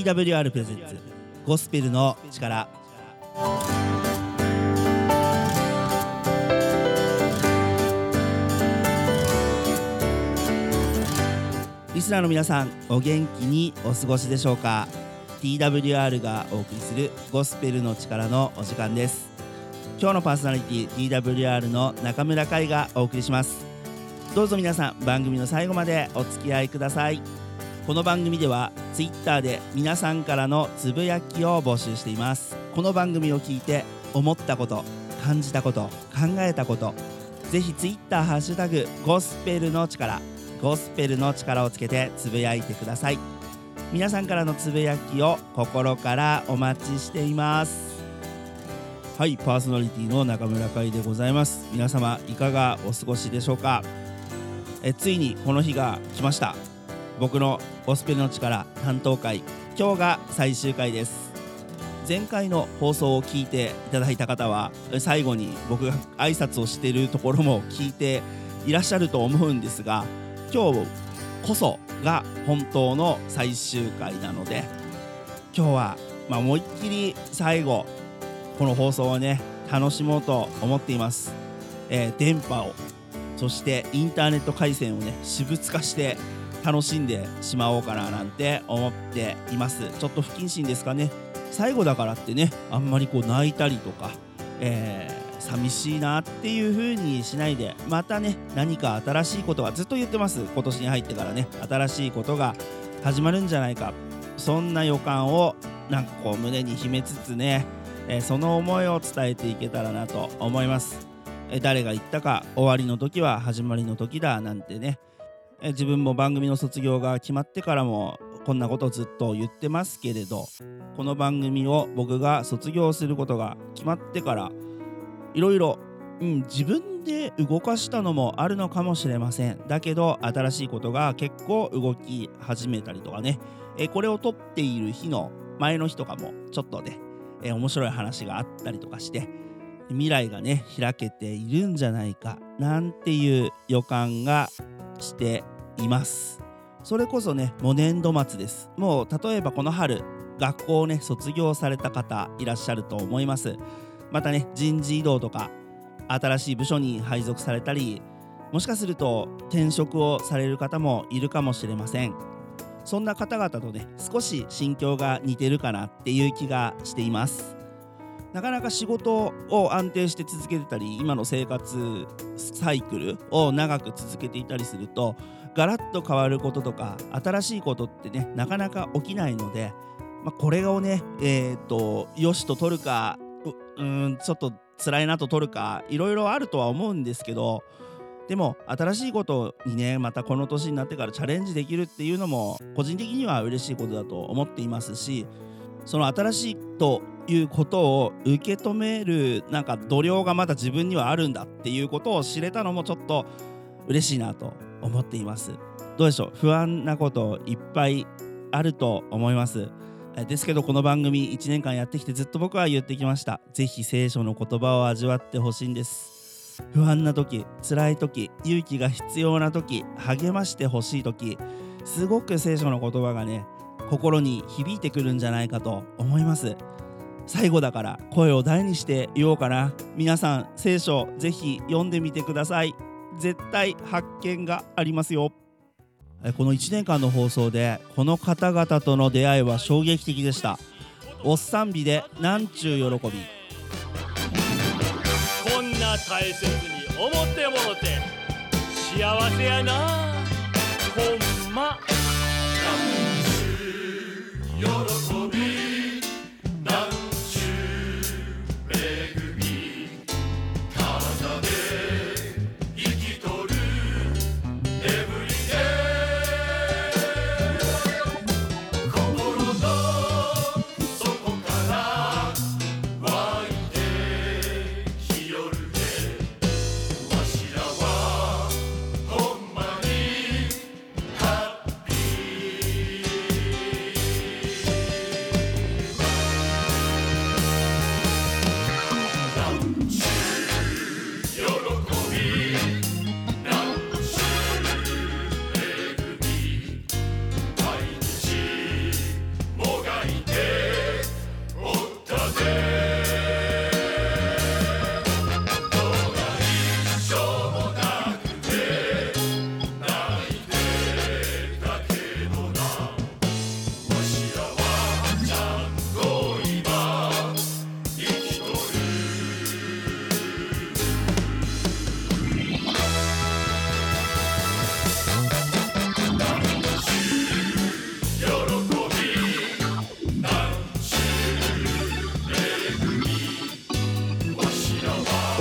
TWR プレゼンツゴスペルの力。リスナーの皆さん、お元気にお過ごしでしょうか。 TWR がお送りするゴスペルの力のお時間です。今日のパーソナリティ TWR の中村海がお送りします。どうぞ皆さん、番組の最後までお付き合いください。この番組では Twitter で皆さんからのつぶやきを募集しています。この番組を聞いて思ったこと、感じたこと、考えたこと、ぜひ Twitter ハッシュタグゴスペルの力、ゴスペルの力をつけてつぶやいてください。皆さんからのつぶやきを心からお待ちしています。はい、パーソナリティの中村海でございます。皆様いかがお過ごしでしょうか。ついにこの日が来ました。僕のゴスペルの力担当会、今日が最終回です。前回の放送を聞いていただいた方は、最後に僕が挨拶をしているところも聞いていらっしゃると思うんですが、今日こそが本当の最終回なので、今日は思いっきり最後この放送をね楽しもうと思っています。電波を、そしてインターネット回線をね私物化して楽しんでしまおうかななんて思っています。ちょっと不謹慎ですかね。最後だからってね、あんまり泣いたりとか、寂しいなっていう風にしないで、またね何か新しいことがずっと言ってます。今年に入ってからね、新しいことが始まるんじゃないか、そんな予感を胸に秘めつつね、その思いを伝えていけたらなと思います。誰が言ったか、終わりの時は始まりの時だなんてね、自分も番組の卒業が決まってからもこんなことをずっと言ってますけれど、この番組を僕が卒業することが決まってからいろいろ自分で動かしたのもあるのかもしれません。だけど新しいことが結構動き始めたりとかね、これを撮っている日の前の日とかもちょっとね、面白い話があったりとかして、未来がね開けているんじゃないかなんていう予感がしています。それこそね、もう年度末です。もう例えばこの春学校をね卒業された方いらっしゃると思います。またね、人事異動とか新しい部署に配属されたり、もしかすると転職をされる方もいるかもしれません。そんな方々とね少し心境が似てるかなっていう気がしています。なかなか仕事を安定して続けてたり、今の生活サイクルを長く続けていたりすると、ガラッと変わることとか新しいことってねなかなか起きないので、これをねよしと取るか、ちょっと辛いなと取るか、いろいろあるとは思うんですけど、でも新しいことにねまたこの年になってからチャレンジできるっていうのも個人的には嬉しいことだと思っていますし、その新しいということを受け止める度量がまだ自分にはあるんだっていうことを知れたのもちょっと嬉しいなと思っています。どうでしょう、不安なこといっぱいあると思います。ですけどこの番組1年間やってきてずっと僕は言ってきました。ぜひ聖書の言葉を味わってほしいんです。不安な時、辛い時、勇気が必要な時、励ましてほしい時、すごく聖書の言葉がね心に響いてくるんじゃないかと思います。最後だから声を大にして言おうかな。皆さん聖書ぜひ読んでみてください。絶対発見がありますよ。この1年間の放送でこの方々との出会いは衝撃的でした。おっさんびでなんちゅう喜び。 こんな大切に思ってもろて幸せやな、ほんま。喜びなんちゅう恵み、体で生きとるエブリデイ、心の底から湧いてきよるで、わしらはほんまにハッピ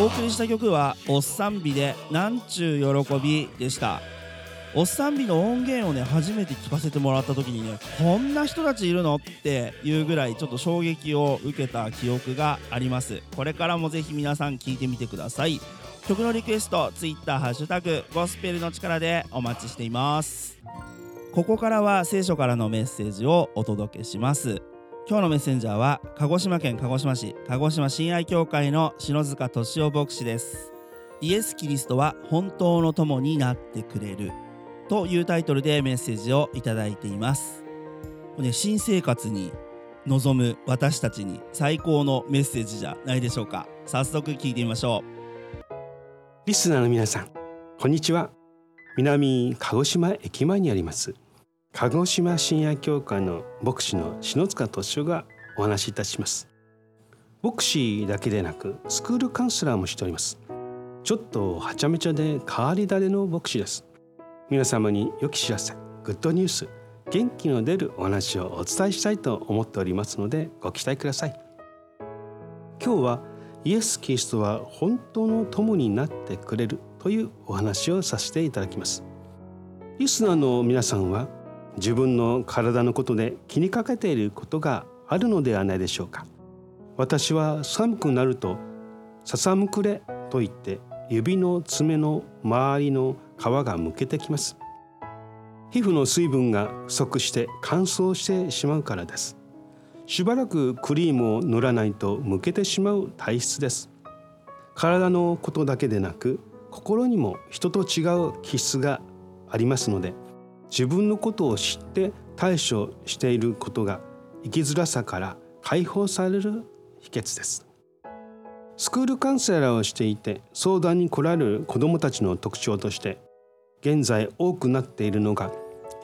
お送りした曲はおっさんびでなんちゅう喜びでした。おっさんびの音源をね初めて聞かせてもらった時にね、こんな人たちいるのっていうぐらいちょっと衝撃を受けた記憶があります。これからもぜひ皆さん聞いてみてください。曲のリクエスト Twitter ハッシュタグゴスペルの力でお待ちしています。ここからは聖書からのメッセージをお届けします。今日のメッセンジャーは鹿児島県鹿児島市鹿児島親愛教会の篠塚俊夫牧師です。イエス・キリストは本当の友になってくれるというタイトルでメッセージをいただいています。新生活に臨む私たちに最高のメッセージじゃないでしょうか。早速聞いてみましょう。 リスナーの皆さん、こんにちは。南鹿児島駅前にあります鹿児島親愛教会の牧師の篠塚俊夫がお話しいたします。牧師だけでなくスクールカウンセラーもしております。ちょっとはちゃめちゃで変わり種の牧師です。皆様に良き知らせ、グッドニュース、元気の出るお話をお伝えしたいと思っておりますのでご期待ください。今日はイエス・キリストは本当の友になってくれるというお話をさせていただきます。リスナーの皆さんは自分の体のことで気にかけていることがあるのではないでしょうか。私は寒くなるとささむくれと言って指の爪の周りの皮がむけてきます。皮膚の水分が不足して乾燥してしまうからです。しばらくクリームを塗らないとむけてしまう体質です。体のことだけでなく心にも人と違う気質がありますので、自分のことを知って対処していることが生きづらさから解放される秘訣です。スクールカウンセラーをしていて相談に来られる子どもたちの特徴として現在多くなっているのが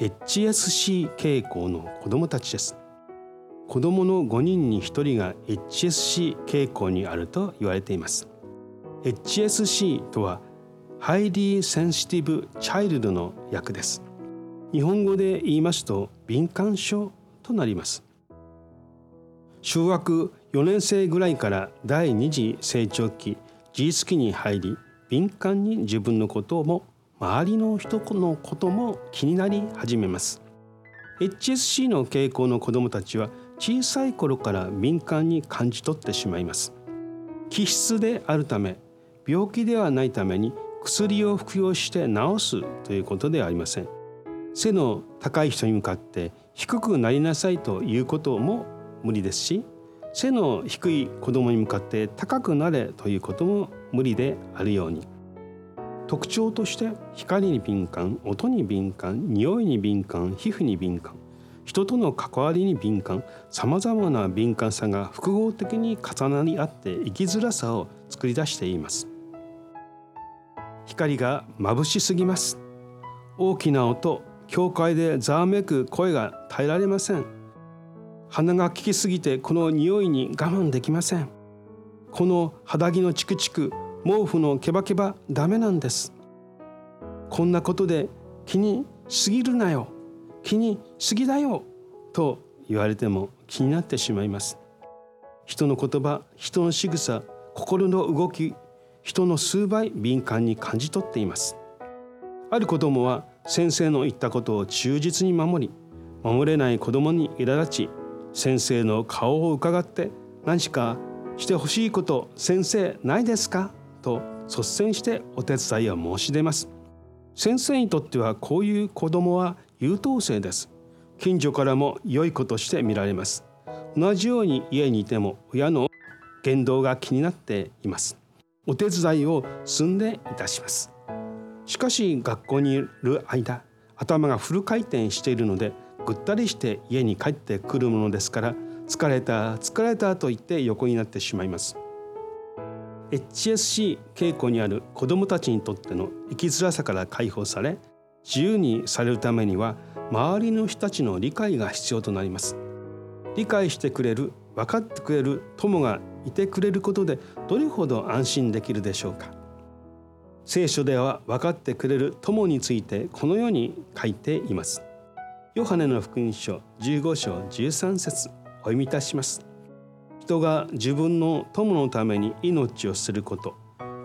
HSC 傾向の子どもたちです。子どもの5人に1人が HSC 傾向にあると言われています。HSC とは Highly Sensitive Child の訳です。日本語で言いますと敏感症となります。小学4年生ぐらいから第二次成長期、自立期に入り、敏感に自分のことも周りの人のことも気になり始めます。HSC の傾向の子どもたちは小さい頃から敏感に感じ取ってしまいます。気質であるため、病気ではないために薬を服用して治すということではありません。背の高い人に向かって低くなりなさいということも無理ですし、背の低い子どもに向かって高くなれということも無理であるように、特徴として光に敏感、音に敏感、匂いに敏感、皮膚に敏感、人との関わりに敏感、さまざまな敏感さが複合的に重なり合って生きづらさを作り出しています。光が眩しすぎます。大きな音、教会でざわめく声が耐えられません。鼻が利きすぎてこの匂いに我慢できません。この肌着のチクチク、毛布のケバケバダメなんです。こんなことで気にしすぎるなよ、気にしすぎだよと言われても気になってしまいます。人の言葉、人の仕草、心の動き、人の数倍敏感に感じ取っています。ある子供は先生の言ったことを忠実に守れない子供に苛立ち、先生の顔を伺って何かしてほしいこと先生ないですかと率先してお手伝いを申し出ます。先生にとってはこういう子供は優等生です。近所からも良い子として見られます。同じように家にいても親の言動が気になっています。お手伝いを済んでいたします。しかし学校にいる間、頭がフル回転しているのでぐったりして家に帰ってくるものですから、疲れたと言って横になってしまいます。HSC 傾向にある子どもたちにとっての生きづらさから解放され、自由にされるためには周りの人たちの理解が必要となります。理解してくれる、分かってくれる友がいてくれることでどれほど安心できるでしょうか。聖書では分かってくれる友についてこのように書いています。ヨハネの福音書15章13節お読みいたします。人が自分の友のために命をすること、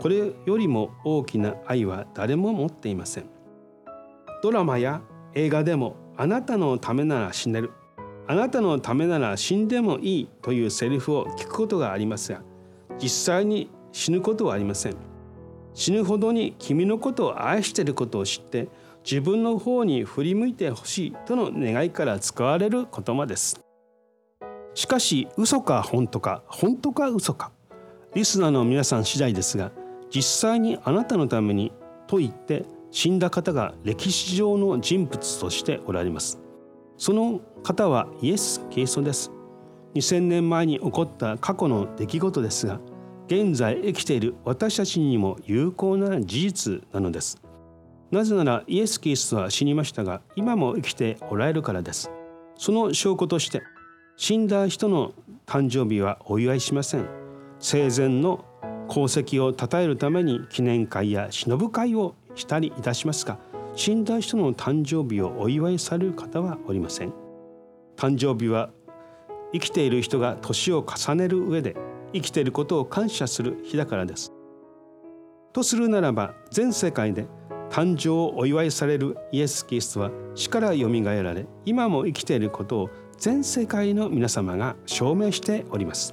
これよりも大きな愛は誰も持っていません。ドラマや映画でもあなたのためなら死ねる、あなたのためなら死んでもいいというセリフを聞くことがありますが、実際に死ぬことはありません。死ぬほどに君のことを愛していることを知って自分の方に振り向いてほしいとの願いから使われる言葉です。しかし嘘か本当か、本当か嘘か、リスナーの皆さん次第ですが、実際にあなたのためにと言って死んだ方が歴史上の人物としておられます。その方はイエス・キリストです。2000年前に起こった過去の出来事ですが、現在生きている私たちにも有効な事実なのです。なぜならイエス・キリストは死にましたが、今も生きておられるからです。その証拠として、死んだ人の誕生日はお祝いしません。生前の功績を称えるために記念会や偲ぶ会をしたりいたしますが、死んだ人の誕生日をお祝いされる方はおりません。誕生日は生きている人が年を重ねる上で生きていることを感謝する日だからです。とするならば、全世界で誕生をお祝いされるイエス・キリストは死からよみがえられ、今も生きていることを全世界の皆様が証明しております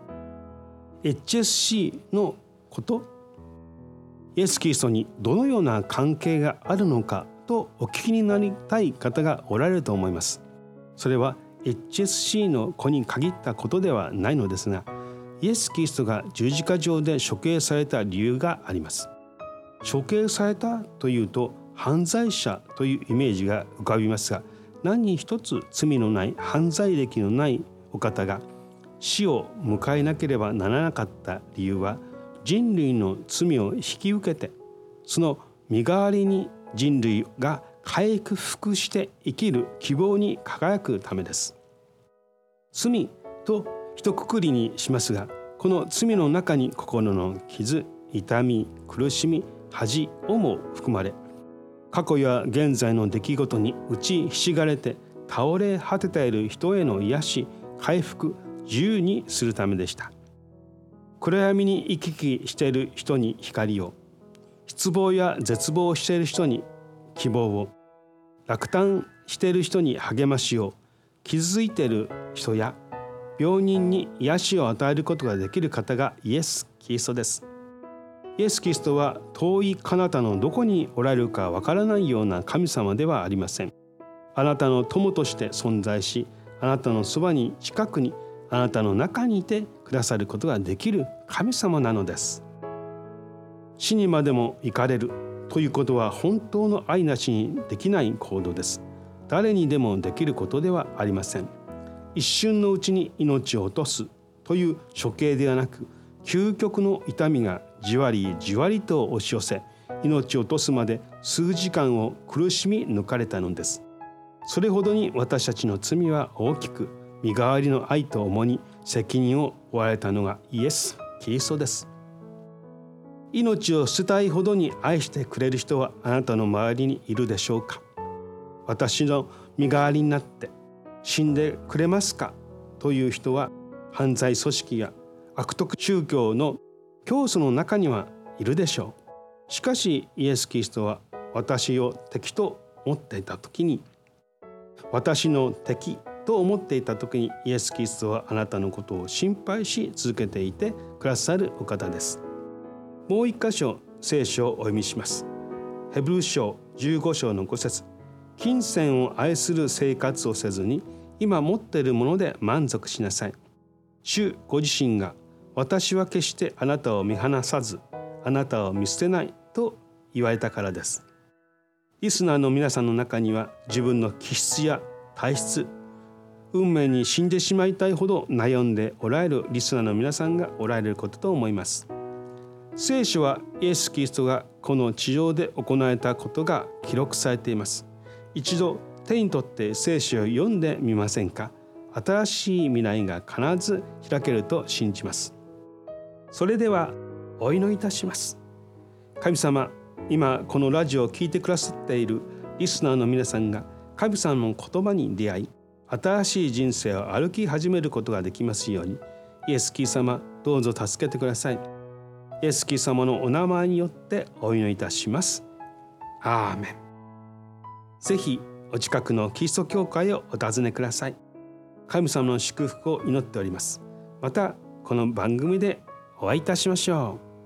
。HSC のこと、イエス・キリストにどのような関係があるのかとお聞きになりたい方がおられると思います。それは HSC の子に限ったことではないのですが、イエス・キリストが十字架上で処刑された理由があります。処刑されたというと犯罪者というイメージが浮かびますが、何一つ罪のない犯罪歴のないお方が死を迎えなければならなかった理由は、人類の罪を引き受けて、その身代わりに人類が回復して生きる希望に輝くためです。罪と一括りにしますが、この罪の中に心の傷、痛み、苦しみ、恥をも含まれ、過去や現在の出来事に打ちひしがれて倒れ果てている人への癒し、回復、自由にするためでした。暗闇に行き来している人に光を、失望や絶望している人に希望を、落胆している人に励ましを、傷ついている人や病人に癒しを与えることができる方がイエス・キリストです。イエス・キリストは遠い彼方のどこにおられるかわからないような神様ではありません。あなたの友として存在し、あなたのそばに近くに、あなたの中にいてくださることができる神様なのです。死にまでも行かれるということは本当の愛なしにできない行動です。誰にでもできることではありません。一瞬のうちに命を落とすという処刑ではなく、究極の痛みがじわりじわりと押し寄せ、命を落とすまで数時間を苦しみ抜かれたのです。それほどに私たちの罪は大きく、身代わりの愛と重に責任を負われたのがイエス・キリストです。命を捨てたいほどに愛してくれる人はあなたの周りにいるでしょうか。私の身代わりになって死んでくれますかという人は、犯罪組織や悪徳宗教の教祖の中にはいるでしょう。しかしイエス・キリストは私を敵と思っていた時に、私の敵と思っていた時にイエス・キリストはあなたのことを心配し続けていてくださるお方です。もう一箇所聖書をお読みします。ヘブル書15章の5節、金銭を愛する生活をせずに今持っているもので満足しなさい。主ご自身が、私は決してあなたを見放さずあなたを見捨てないと言われたからです。リスナーの皆さんの中には、自分の気質や体質、運命に死んでしまいたいほど悩んでおられるリスナーの皆さんがおられることと思います。聖書はイエス・キリストがこの地上で行われたことが記録されています。一度手に取って聖書を読んでみませんか。新しい未来が必ず開けると信じます。それではお祈りいたします。神様、今このラジオを聞いてくださっているリスナーの皆さんが神様の言葉に出会い、新しい人生を歩き始めることができますように、イエス・キリスト様、どうぞ助けてください。 イエス・キリスト様のお名前によってお祈りいたします。アーメン。ぜひお近くのキリスト教会をお訪ねください。神様の祝福を祈っております。またこの番組でお会いいたしましょう。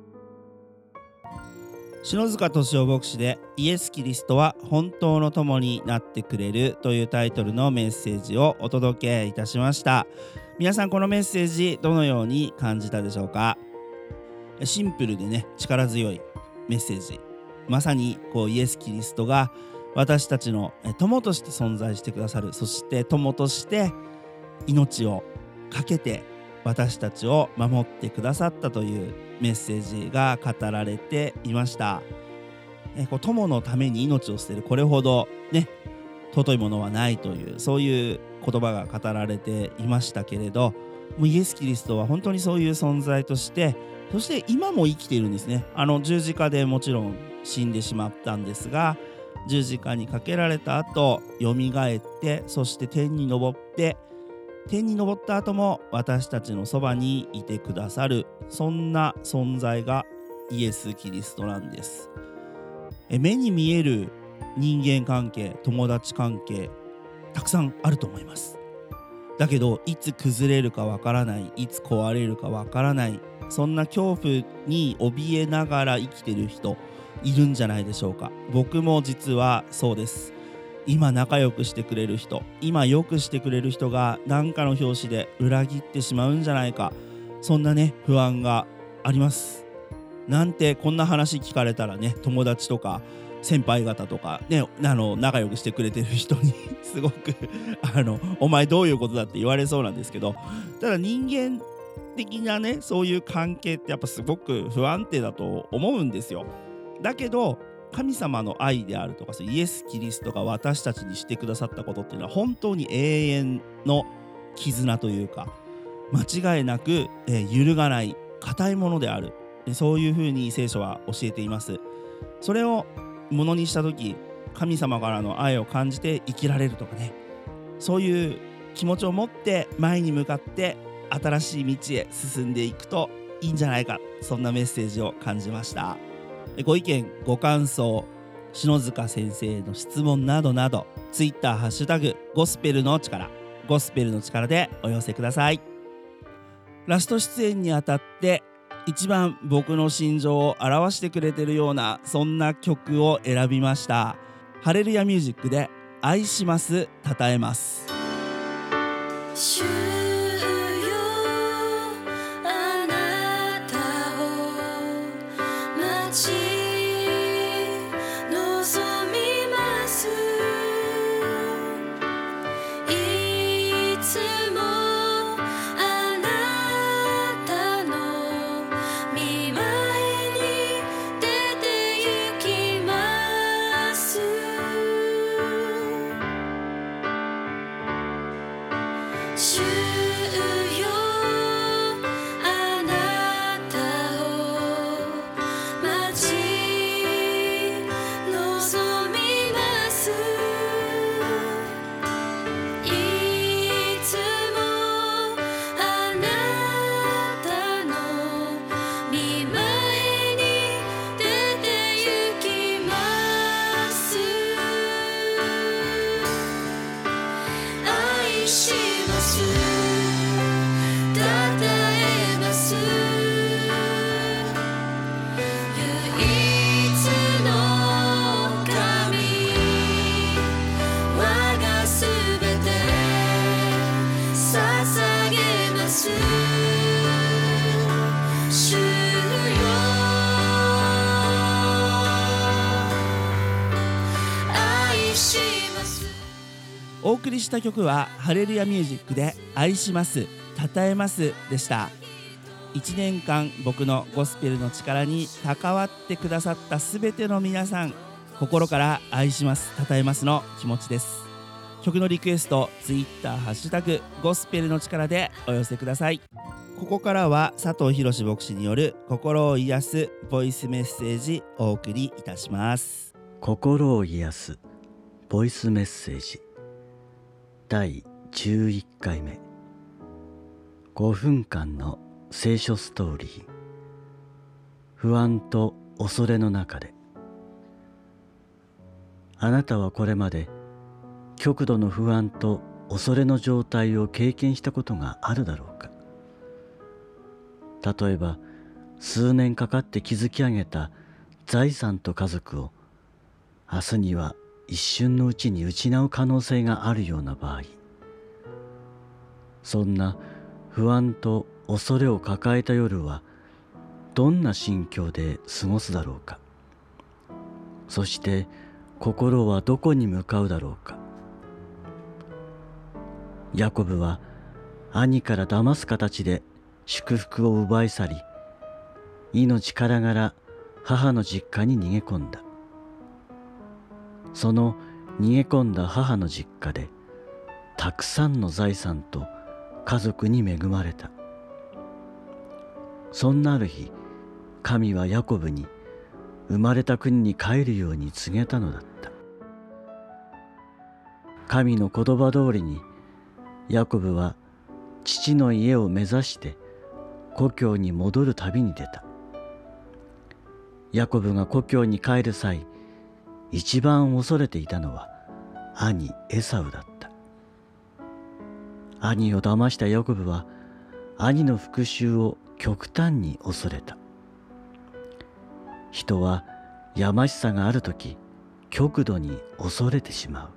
篠塚敏夫牧師でイエス・キリストは本当の友になってくれるというタイトルのメッセージをお届けいたしました。皆さんこのメッセージどのように感じたでしょうか。シンプルでね、力強いメッセージ、まさにイエス・キリストが私たちの友として存在してくださる、そして友として命をかけて私たちを守ってくださったというメッセージが語られていました。友のために命を捨てる、これほどね尊いものはないという、そういう言葉が語られていましたけれど、もうイエス・キリストは本当にそういう存在として、そして今も生きているんですね。十字架でもちろん死んでしまったんですが、十字架にかけられた後よみがえって、そして天に昇った後も私たちのそばにいてくださる、そんな存在がイエス・キリストなんです。目に見える人間関係、友達関係たくさんあると思います。だけどいつ崩れるかわからない、いつ壊れるかわからない、そんな恐怖に怯えながら生きてる人いるんじゃないでしょうか。僕も実はそうです。今仲良くしてくれる人、今良くしてくれる人が何かの拍子で裏切ってしまうんじゃないか、そんなね不安があります。なんてこんな話聞かれたらね、友達とか先輩方とかね、仲良くしてくれてる人にすごくお前どういうことだって言われそうなんですけど、ただ人間的なねそういう関係ってやっぱすごく不安定だと思うんですよ。だけど神様の愛であるとか、イエス・キリストが私たちにしてくださったことっていうのは本当に永遠の絆というか、間違いなく、揺るがない固いものである、そういうふうに聖書は教えています。それをものにした時、神様からの愛を感じて生きられるとかね、そういう気持ちを持って前に向かって新しい道へ進んでいくといいんじゃないか、そんなメッセージを感じました。ご意見ご感想、篠塚先生への質問などなど、ツイッターハッシュタグゴスペルの力でお寄せください。ラスト出演にあたって一番僕の心情を表してくれてるような、そんな曲を選びました。ハレルヤミュージックで愛します、たたえます。 主よ、あなたを待ち望みます。いつもあなたの御前に出て行きます。主よ、あなたを待ち望みます。いつもあなたの御前に出て行きます。愛しますたたえます唯一の神我がすべて捧げます主よ愛します。 お送りした曲はハレルヤミュージックで愛します、たたえますでした。1年間僕のゴスペルの力に関わってくださったすべての皆さん、心から愛します、たたえますの気持ちです。曲のリクエスト、ツイッターハッシュタグゴスペルの力でお寄せください。ここからは佐藤博牧師による心を癒すボイスメッセージお送りいたします。 心を癒すボイスメッセージ第11回目、5分間の聖書ストーリー。 不安と恐れの中で。あなたはこれまで極度の不安と恐れの状態を経験したことがあるだろうか。例えば、数年かかって築き上げた財産と家族を明日には一瞬のうちに失う可能性があるような場合、そんな不安と恐れを抱えた夜はどんな心境で過ごすだろうか。そして心はどこに向かうだろうか。ヤコブは兄から騙す形で祝福を奪い去り、命からがら母の実家に逃げ込んだ。その逃げ込んだ母の実家でたくさんの財産と家族に恵まれた。そんなある日、神はヤコブに生まれた国に帰るように告げたのだった。神の言葉通りにヤコブは父の家を目指して故郷に戻る旅に出た。ヤコブが故郷に帰る際、一番恐れていたのは兄エサウだった。兄を騙したヤコブは兄の復讐を極端に恐れた。人はやましさがあるとき極度に恐れてしま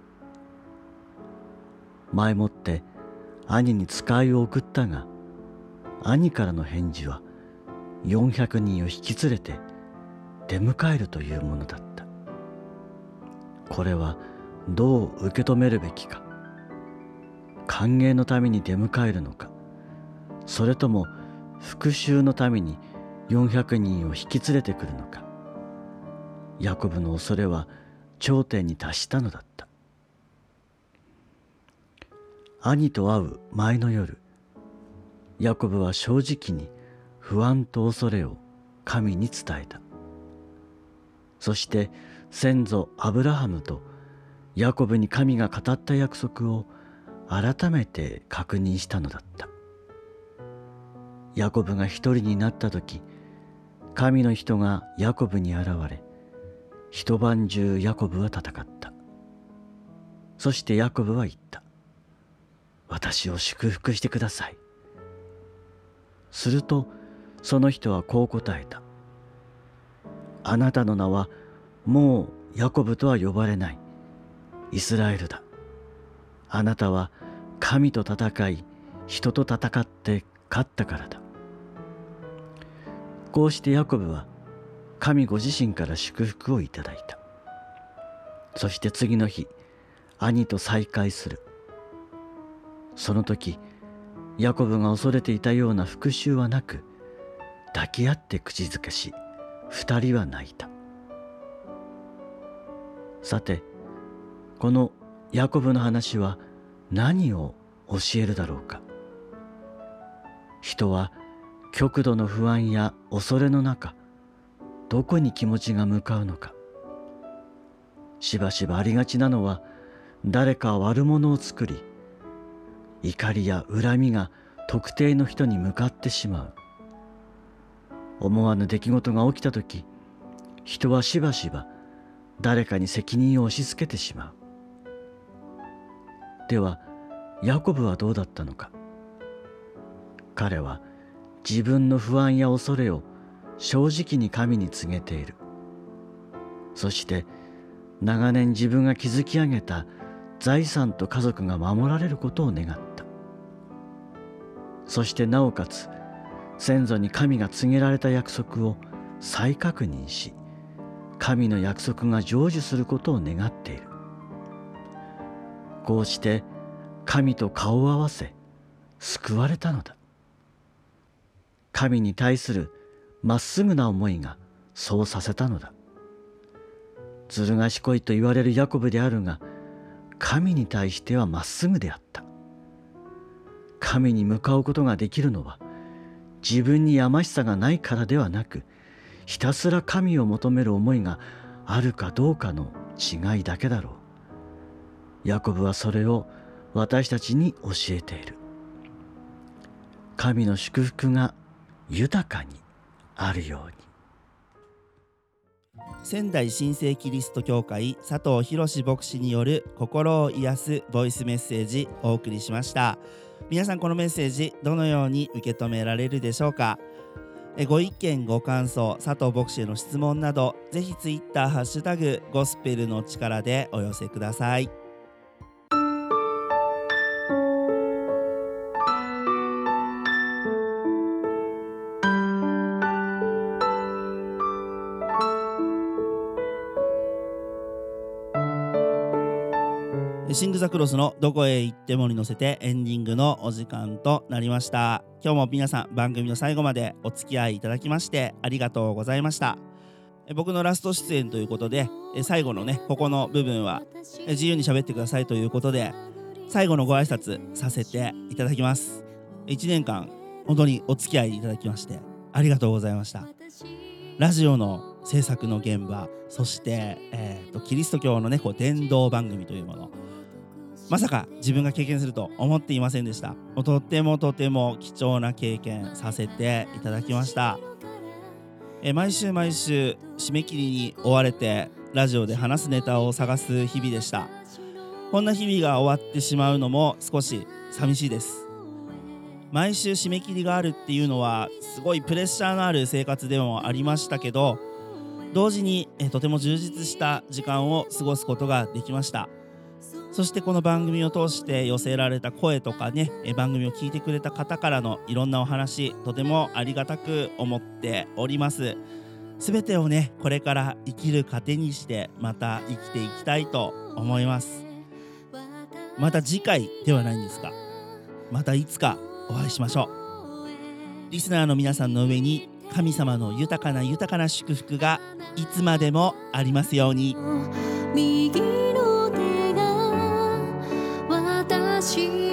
う。前もって兄に使いを送ったが、兄からの返事は400人を引き連れて出迎えるというものだった。これはどう受け止めるべきか。歓迎のために出迎えるのか、それとも復讐のために400人を引き連れてくるのか。ヤコブの恐れは頂点に達したのだった。兄と会う前の夜、ヤコブは正直に不安と恐れを神に伝えた。そして先祖アブラハムとヤコブに神が語った約束を改めて確認したのだった。ヤコブが一人になった時、神の人がヤコブに現れ、一晩中ヤコブは戦った。そしてヤコブは言った。私を祝福してください。するとその人はこう答えた。あなたの名はもうヤコブとは呼ばれない。イスラエルだ。あなたは神と戦い、人と戦って勝ったからだ。こうしてヤコブは神ご自身から祝福をいただいた。そして次の日、兄と再会する。その時、ヤコブが恐れていたような復讐はなく、抱き合って口づけし、二人は泣いた。さて、このヤコブの話は何を教えるだろうか。人は極度の不安や恐れの中、どこに気持ちが向かうのか。しばしばありがちなのは、誰か悪者を作り、怒りや恨みが特定の人に向かってしまう。思わぬ出来事が起きたとき、人はしばしば誰かに責任を押し付けてしまう。では、ヤコブはどうだったのか。彼は自分の不安や恐れを正直に神に告げている。そして長年自分が築き上げた財産と家族が守られることを願った。そしてなおかつ先祖に神が告げられた約束を再確認し、神の約束が成就することを願っている。こうして神と顔を合わせ救われたのだ。神に対するまっすぐな思いがそうさせたのだ。ずる賢いと言われるヤコブであるが、神に対してはまっすぐであった。神に向かうことができるのは、自分にやましさがないからではなく、ひたすら神を求める思いがあるかどうかの違いだけだろう。ヤコブはそれを私たちに教えている。神の祝福が豊かにあるように。 仙台新生キリスト教会佐藤博牧師による心を癒すボイスメッセージお送りしました。皆さん、このメッセージどのように受け止められるでしょうか。ご意見ご感想、佐藤牧師への質問など、ぜひツイッターハッシュタグゴスペルの力でお寄せください。シング・ザ・クロスのどこへ行ってもに乗せてエンディングのお時間となりました。今日も皆さん番組の最後までお付き合いいただきましてありがとうございました。僕のラスト出演ということで、最後のねここの部分は自由に喋ってくださいということで、最後のご挨拶させていただきます。1年間本当にお付き合いいただきましてありがとうございました。ラジオの制作の現場、そして、キリスト教のね伝道番組というもの、まさか自分が経験すると思っていませんでした。とっても貴重な経験させていただきました。毎週締め切りに追われてラジオで話すネタを探す日々でした。こんな日々が終わってしまうのも少し寂しいです。毎週締め切りがあるっていうのはすごいプレッシャーのある生活でもありましたけど、同時にとても充実した時間を過ごすことができました。そしてこの番組を通して寄せられた声とかね、番組を聞いてくれた方からのいろんなお話、とてもありがたく思っております。すべてをねこれから生きる糧にしてまた生きていきたいと思います。また次回ではないんですが、またいつかお会いしましょう。リスナーの皆さんの上に神様の豊かな祝福がいつまでもありますように。 右の手が私